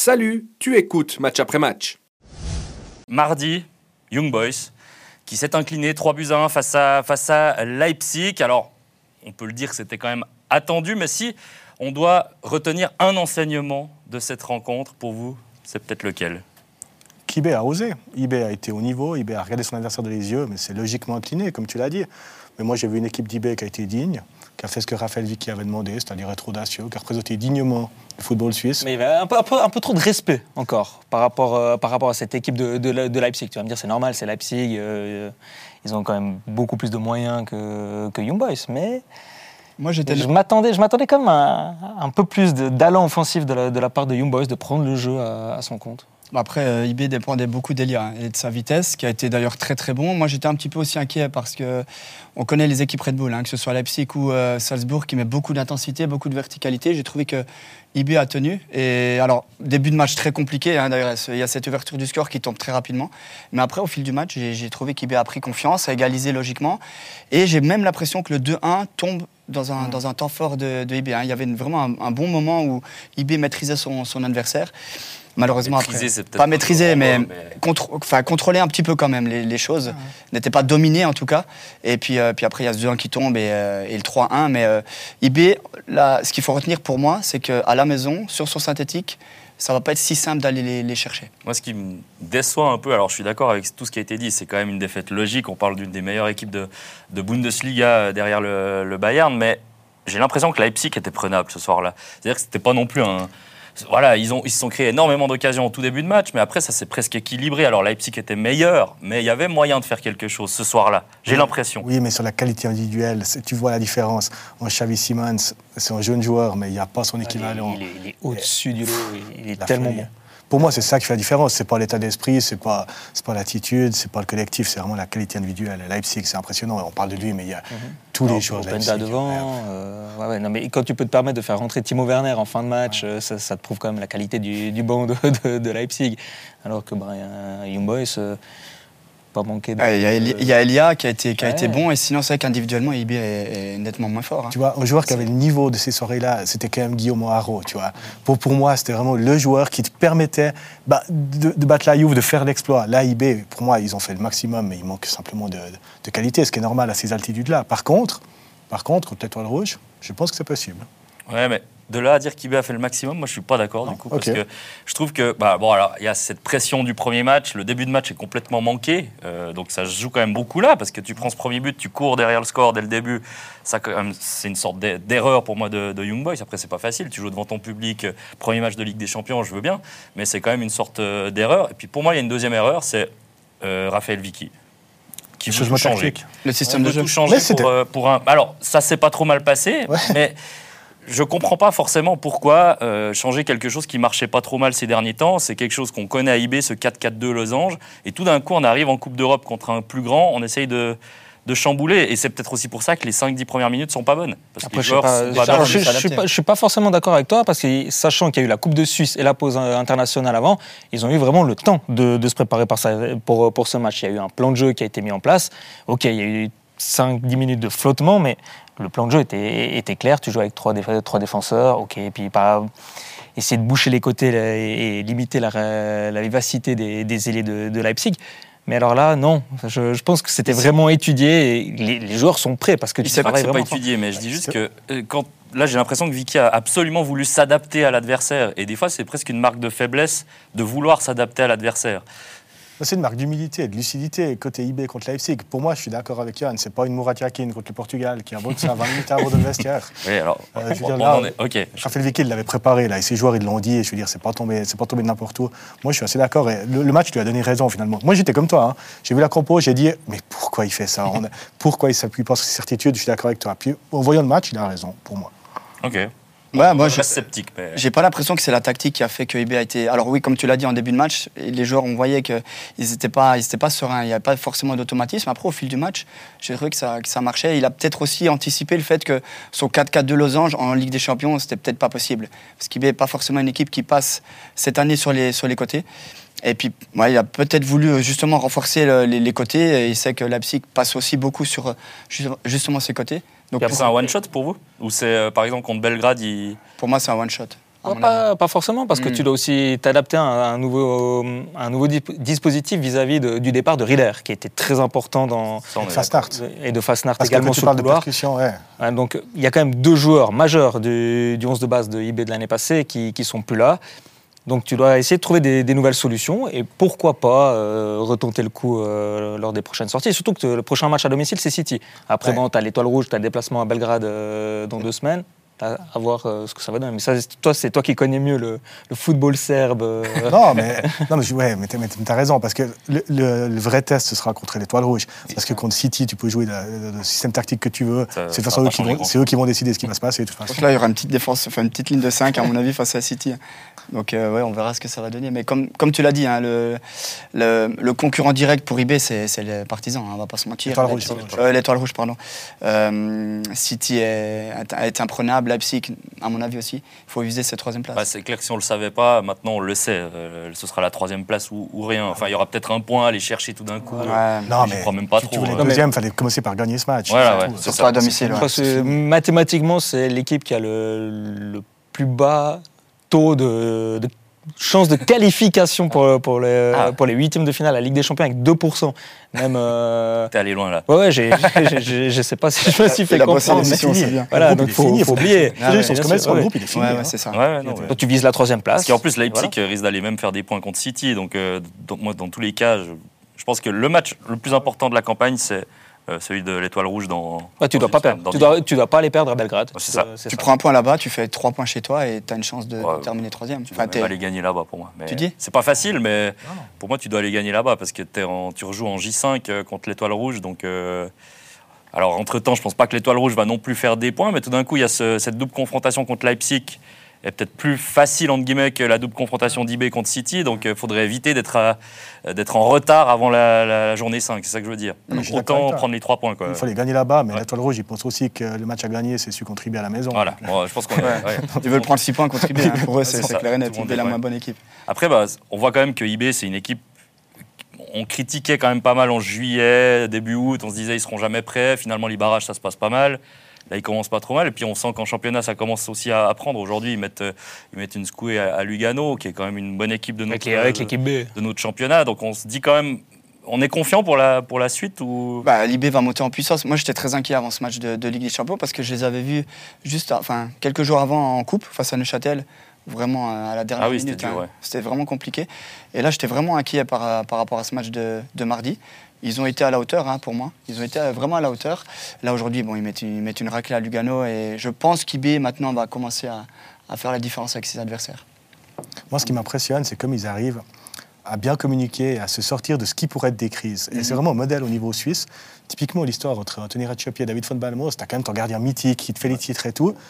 Salut, tu écoutes Match après match. Mardi, Young Boys, qui s'est incliné 3-1 face à Leipzig. Alors, on peut le dire que c'était quand même attendu, mais si on doit retenir un enseignement de cette rencontre, pour vous, c'est peut-être lequel ? qu'IB a osé. IB a été au niveau, IB a regardé son adversaire dans les yeux, mais c'est logiquement incliné, comme tu l'as dit. Mais moi, j'ai vu une équipe d'IB qui a été digne, qui a fait ce que Raphaël Vicky avait demandé, c'est-à-dire être audacieux, qui a représenté dignement le football suisse. Mais il y avait un peu trop de respect encore par rapport à cette équipe de Leipzig. Tu vas me dire, c'est normal, c'est Leipzig, ils ont quand même beaucoup plus de moyens que Young Boys, mais... Moi, je m'attendais quand même à un peu plus d'allant offensif de la part de Young Boys, de prendre le jeu à son compte. Après, IB dépendait beaucoup d'Elia et de sa vitesse, qui a été d'ailleurs très très bon. Moi, j'étais un petit peu aussi inquiet parce qu'on connaît les équipes Red Bull, que ce soit Leipzig ou Salzbourg, qui met beaucoup d'intensité, beaucoup de verticalité. J'ai trouvé que IB a tenu. Et alors, début de match très compliqué, d'ailleurs, il y a cette ouverture du score qui tombe très rapidement. Mais après, au fil du match, j'ai trouvé qu'IB a pris confiance, a égalisé logiquement. Et j'ai même l'impression que le 2-1 tombe dans un temps fort de IB. Il y avait vraiment un bon moment où IB maîtrisait son adversaire. Malheureusement, maîtriser, après, pas maîtriser, mais contrôler un petit peu quand même les choses. N'était pas dominé en tout cas. Et puis après, il y a ce 2-1 qui tombe et le 3-1. Mais IB, là, ce qu'il faut retenir pour moi, c'est qu'à la maison, sur synthétique, ça va pas être si simple d'aller les chercher. Moi, ce qui me déçoit un peu, alors je suis d'accord avec tout ce qui a été dit, c'est quand même une défaite logique. On parle d'une des meilleures équipes de Bundesliga derrière le Bayern, mais j'ai l'impression que Leipzig était prenable ce soir-là. C'est-à-dire que c'était pas non plus un... Voilà, ils se sont créés énormément d'occasions au tout début de match, mais après, ça s'est presque équilibré. Alors, Leipzig était meilleur, mais il y avait moyen de faire quelque chose ce soir-là. J'ai l'impression. Oui, mais sur la qualité individuelle, tu vois la différence. Xavi Simons, c'est un jeune joueur, mais il n'y a pas son équivalent. Il est au-dessus du lot, il est tellement bon. Pour moi, c'est ça qui fait la différence. C'est pas l'état d'esprit, c'est pas l'attitude, c'est pas le collectif, c'est vraiment la qualité individuelle. Leipzig, c'est impressionnant. On parle de lui, mais il y a tous les joueurs de Leipzig. Devant. Non, mais quand tu peux te permettre de faire rentrer Timo Werner en fin de match, ça te prouve quand même la qualité du banc de Leipzig. Alors que Young Boys, pas manqué de... Il y a Elia qui a été bon, et sinon, c'est vrai qu'individuellement, IB est nettement moins fort. Tu vois, un joueur qui avait le niveau de ces soirées-là, c'était quand même Guillaume Haro, tu vois. Pour moi, c'était vraiment le joueur qui te permettait de battre la Juve, de faire l'exploit. Là, IB, pour moi, ils ont fait le maximum, mais il manque simplement de qualité, ce qui est normal à ces altitudes-là. Par contre, l'étoile rouge, je pense que c'est possible. Ouais, mais de là à dire qu'IB a fait le maximum, moi je suis pas d'accord du coup, parce que je trouve que alors il y a cette pression du premier match, le début de match est complètement manqué, donc ça se joue quand même beaucoup là, parce que tu prends ce premier but, tu cours derrière le score dès le début, ça quand même, c'est une sorte d'erreur pour moi de Young Boys. Après c'est pas facile, tu joues devant ton public, premier match de Ligue des Champions, je veux bien, mais c'est quand même une sorte d'erreur. Et puis pour moi il y a une deuxième erreur, c'est Raphaël Vicky. Qui veut tout changer. Le système de jeu. Tout changer pour un. Alors ça s'est pas trop mal passé, mais je comprends pas forcément pourquoi changer quelque chose qui marchait pas trop mal ces derniers temps. C'est quelque chose qu'on connaît à IB, ce 4-4-2 losange, et tout d'un coup on arrive en Coupe d'Europe contre un plus grand, on essaye de chambouler, et c'est peut-être aussi pour ça que les 5-10 premières minutes sont pas bonnes. Parce que je suis pas forcément d'accord avec toi, parce que sachant qu'il y a eu la Coupe de Suisse et la pause internationale avant, ils ont eu vraiment le temps de se préparer pour ce match. Il y a eu un plan de jeu qui a été mis en place. Ok, il y a eu 5-10 minutes de flottement, mais le plan de jeu était clair. Tu joues avec trois défenseurs, ok, et puis essayer de boucher les côtés et limiter la vivacité des ailiers de Leipzig. Mais alors là, non. Je pense que c'était vraiment étudié, et les joueurs sont prêts, parce que tu travailles vraiment. C'est pas étudié, mais je dis juste que là, j'ai l'impression que Vicky a absolument voulu s'adapter à l'adversaire, et des fois, c'est presque une marque de faiblesse de vouloir s'adapter à l'adversaire. C'est une marque d'humilité, de lucidité côté IB contre Leipzig. Pour moi, je suis d'accord avec Yann. C'est pas une Mourad Yakin contre le Portugal qui a beau de ça 20 minutes avant de le vestiaire. Oui, alors. Raphaël Vicky l'avait préparé là, et ses joueurs ils l'ont dit. Et je veux dire, c'est pas tombé de n'importe où. Moi, je suis assez d'accord. Et le match lui a donné raison finalement. Moi, j'étais comme toi. J'ai vu la compo, j'ai dit, mais pourquoi il fait ça Pourquoi il s'appuie pas sur ses certitudes? Je suis d'accord avec toi. Puis en voyant le match, il a raison pour moi. Ok. Ouais, moi, je reste sceptique. Mais... J'ai pas l'impression que c'est la tactique qui a fait que IB a été. Alors oui, comme tu l'as dit en début de match, les joueurs, on voyait qu'ils n'étaient pas sereins. Il n'y avait pas forcément d'automatisme. Après, au fil du match, j'ai trouvé que ça marchait. Il a peut-être aussi anticipé le fait que son 4-4-2 losange en Ligue des Champions, c'était peut-être pas possible, parce qu'IB n'est pas forcément une équipe qui passe cette année sur les côtés. Et puis, il a peut-être voulu justement renforcer les côtés. Et il sait que Leipzig passe aussi beaucoup sur justement ses côtés. Donc, c'est un one-shot pour vous? Ou c'est, par exemple, contre Belgrade, Pour moi, c'est un one-shot. Pas forcément, parce que tu dois aussi t'adapter à un nouveau dispositif vis-à-vis du départ de Rieder, qui était très important dans Fastnart. Et de Fastnart également sur le couloir. Donc il y a quand même 2 joueurs majeurs du 11 de base de IB de l'année passée qui sont plus là. Donc tu dois essayer de trouver des nouvelles solutions et pourquoi pas retenter le coup lors des prochaines sorties. Surtout que le prochain match à domicile, c'est City. Après, tu as l'Étoile Rouge, tu as le déplacement à Belgrade dans 2 semaines. À voir ce que ça va donner. Mais ça, c'est toi qui connais mieux le football serbe. Non, mais t'as raison, parce que le vrai test, ce sera contre l'Étoile Rouge. Parce que contre City, tu peux jouer le système tactique que tu veux. C'est de toute façon eux qui vont décider ce qui va se passer. De toute façon. Donc là, il y aura une petite défense, une petite ligne de 5, à mon avis, face à City. Donc on verra ce que ça va donner. Mais comme tu l'as dit, hein, le concurrent direct pour IB, c'est les Partisans, hein, on ne va pas se mentir. L'Étoile Rouge, pardon. City a été imprenable. Leipzig, à mon avis aussi, il faut viser cette 3e place. C'est clair que si on ne le savait pas, maintenant on le sait. Ce sera la 3e place ou rien. Enfin, il y aura peut-être un point à aller chercher tout d'un coup. Non, mais crois même pas trop. Tu voulais deuxième, il fallait commencer par gagner ce match. Voilà, surtout à domicile. Mathématiquement, c'est l'équipe qui a le plus bas taux de chance de qualification pour les 8e de finale à la Ligue des Champions avec 2%. Même. T'es allé loin là. Ouais, je sais pas si je me suis fait comprendre. Mais voilà, donc faut oublier. Le groupe, il est fini. Ouais, c'est ça. Donc tu vises la 3e place. Parce qu'en plus, Leipzig risque d'aller même faire des points contre City. Donc moi, dans tous les cas, je pense que le match le plus important de la campagne, c'est celui de l'Étoile Rouge tu dois pas perdre. Tu dois pas aller perdre à Belgrade. C'est ça. Tu prends un point là-bas, tu fais 3 points chez toi et tu as une chance de terminer 3e. Tu dois aller gagner là-bas pour moi. Mais tu dis c'est pas facile, mais pour moi, tu dois aller gagner là-bas parce que tu rejoues en J5 contre l'Étoile Rouge. Donc, alors, entre-temps, je pense pas que l'Étoile Rouge va non plus faire des points, mais tout d'un coup, il y a cette double confrontation contre Leipzig est peut-être plus facile entre guillemets que la double confrontation d'IB contre City, donc il faudrait éviter d'être en retard avant la journée 5, c'est ça que je veux dire. Donc, autant prendre les 3 points. Quoi. Il faut les gagner là-bas, mais l'Étoile Rouge, ils pensent aussi que le match à gagner, c'est celui contre IB à la maison. Voilà, je pense qu'on Ils veulent prendre 6 points contre IB, hein. Pour eux c'est clair et net, IB est la moins bonne équipe. Après, on voit quand même que IB, c'est une équipe, on critiquait quand même pas mal en juillet, début août, on se disait ils seront jamais prêts, finalement les barrages ça se passe pas mal. Là, ils commencent pas trop mal. Et puis, on sent qu'en championnat, ça commence aussi à prendre. Aujourd'hui, ils mettent une secouée à Lugano, qui est quand même une bonne équipe de notre championnat. Donc, on se dit quand même, on est confiant pour la suite ou... L'IB va monter en puissance. Moi, j'étais très inquiet avant ce match de Ligue des Champions parce que je les avais vus quelques jours avant en coupe face à Neuchâtel. Vraiment à la dernière minute. C'était dur, C'était vraiment compliqué. Et là, j'étais vraiment inquiet par rapport à ce match de mardi. Ils ont été à la hauteur, hein, pour moi. Ils ont été vraiment à la hauteur. Là, aujourd'hui, ils mettent une raclée à Lugano et je pense qu'IB, maintenant, va commencer à faire la différence avec ses adversaires. Moi, ce qui m'impressionne, c'est comme ils arrivent à bien communiquer, à se sortir de ce qui pourrait être des crises. Et c'est vraiment un modèle au niveau suisse. Typiquement, l'histoire entre Anthony Ratiopi et David von Balmos, tu as quand même ton gardien mythique qui te fait les titres et tout.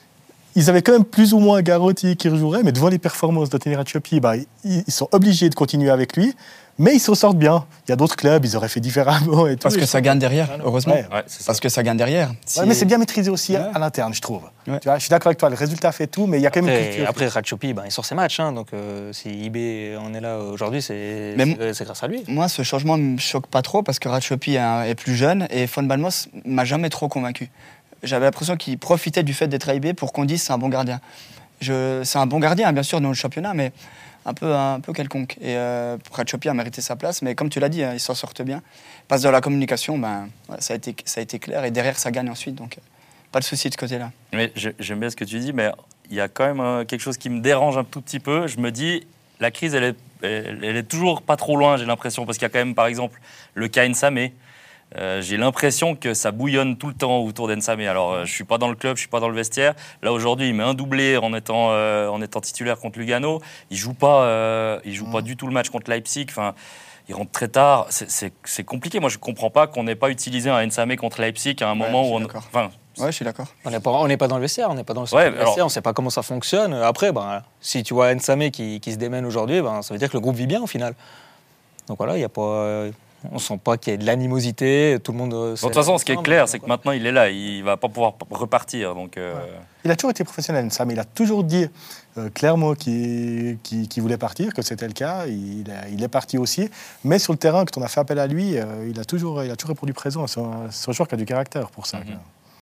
Ils avaient quand même plus ou moins Garotti qui rejouerait, mais devant les performances d'Anthony Ratiopi, ils sont obligés de continuer avec lui. Mais ils s'en sortent bien. Il y a d'autres clubs, ils auraient fait différemment. Et tout. Parce que ça gagne derrière, heureusement. Parce que ça gagne derrière. Mais c'est bien maîtrisé aussi à l'interne, je trouve. Tu vois, je suis d'accord avec toi, le résultat fait tout, mais il y a quand même une culture. Après, Ratiopi, il sort ses matchs. Donc, si IB en est là aujourd'hui, c'est grâce à lui. Moi, ce changement ne me choque pas trop parce que Ratiopi est plus jeune et Von Balmos ne m'a jamais trop convaincu. J'avais l'impression qu'il profitait du fait d'être à IB pour qu'on dise c'est un bon gardien. C'est un bon gardien, bien sûr, dans le championnat, mais un peu quelconque. Et Ratiopi a mérité sa place, mais comme tu l'as dit, ils s'en sortent bien. Passe dans la communication, ça a été clair, et derrière, ça gagne ensuite, donc pas de souci de ce côté-là. Mais j'aime bien ce que tu dis, mais il y a quand même quelque chose qui me dérange un tout petit peu. Je me dis, la crise, elle est toujours pas trop loin, j'ai l'impression, parce qu'il y a quand même, par exemple, le cas Nsamé. J'ai l'impression que ça bouillonne tout le temps autour d'Nsamé. Alors, je ne suis pas dans le club, je ne suis pas dans le vestiaire. Là, aujourd'hui, il met un doublé en étant titulaire contre Lugano. Il ne joue pas du tout le match contre Leipzig. Enfin, il rentre très tard. C'est compliqué. Moi, je ne comprends pas qu'on n'ait pas utilisé un Nsamé contre Leipzig à un moment où on... Ouais, je suis d'accord. On n'est pas dans le vestiaire, on n'est pas dans le vestiaire, on ne sait pas comment ça fonctionne. Après, si tu vois Nsamé qui se démène aujourd'hui, ça veut dire que le groupe vit bien au final. Donc voilà, il n'y a pas... On sent pas qu'il y ait de l'animosité, tout le monde... De toute façon, ce qui est clair, c'est que maintenant, il est là, il va pas pouvoir repartir. Donc, Il a toujours été professionnel, ça, mais il a toujours dit clairement qu'il voulait partir, que c'était le cas. Il est parti aussi. Mais sur le terrain, quand on a fait appel à lui, il a toujours répondu présent. C'est un joueur qui a du caractère pour ça.